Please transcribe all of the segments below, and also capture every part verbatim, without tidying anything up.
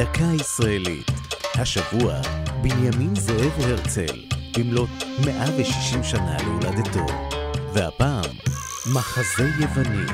דקה ישראלית. השבוע בנימין זאב הרצל במלאת מאה ושישים שנה להולדתו, והפעם מחזה יווני.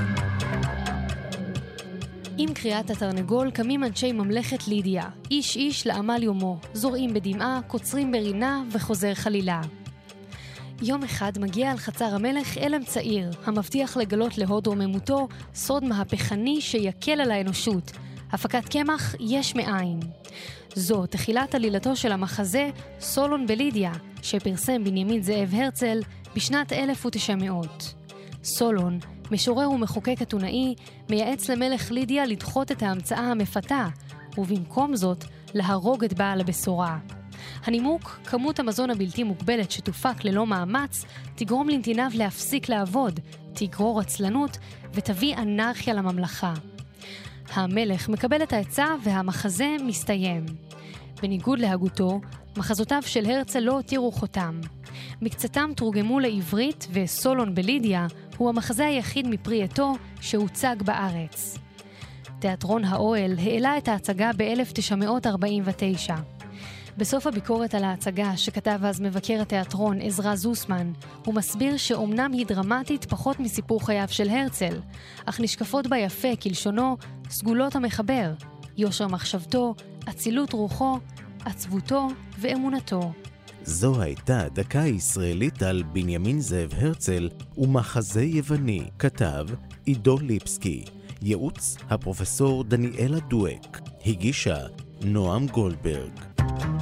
עם קריאת התרנגול קמים אנשי ממלכת לידיה, איש איש לעמל יומו, זורעים בדמעה, קוצרים ברינה וחוזר חלילה. יום אחד מגיע על חצר המלך אלם צעיר, המבטיח לגלות להוד רוממותו סוד מהפכני שיקל על האנושות, הפקת קמח יש מאין. זו תחילת עלילתו של המחזה סולון בלידיה, שפרסם בנימין זאב הרצל בשנת אלף ותשע מאות. סולון, משורר ומחוקק אתונאי, מייעץ למלך לידיה לדחות את ההמצאה המפתה, ובמקום זאת להרוג את בעל הבשורה. הנימוק, כמות המזון הבלתי מוגבלת שתופק ללא מאמץ, תגרום לנתיניו להפסיק לעבוד, תגרור עצלנות ותביא אנרכיה לממלכה. המלך מקבל את העצה והמחזה מסתיים. בניגוד להגותו, מחזותיו של הרצל לא הותירו חותם. מקצתם תורגמו לעברית, וסולון בלידיה הוא המחזה היחיד מפרי עטו שהוצג בארץ. תיאטרון האוהל העלה את ההצגה ב-אלף תשע מאות ארבעים ותשע. בסוף הביקורת על ההצגה שכתב אז מבקר התיאטרון עזרא זוסמן, הוא מסביר שאומנם היא דרמטית פחות מסיפור חייו של הרצל, אך נשקפות בה יפה כלשונו סגולות המחבר, יושר מחשבתו, אצילות רוחו, עצבותו ואמונתו. זו הייתה דקה ישראלית על בנימין זאב הרצל ומחזה יווני, כתב עידו ליפסקי, ייעוץ הפרופסור דניאלה דואק, הגישה נועם גולדברג.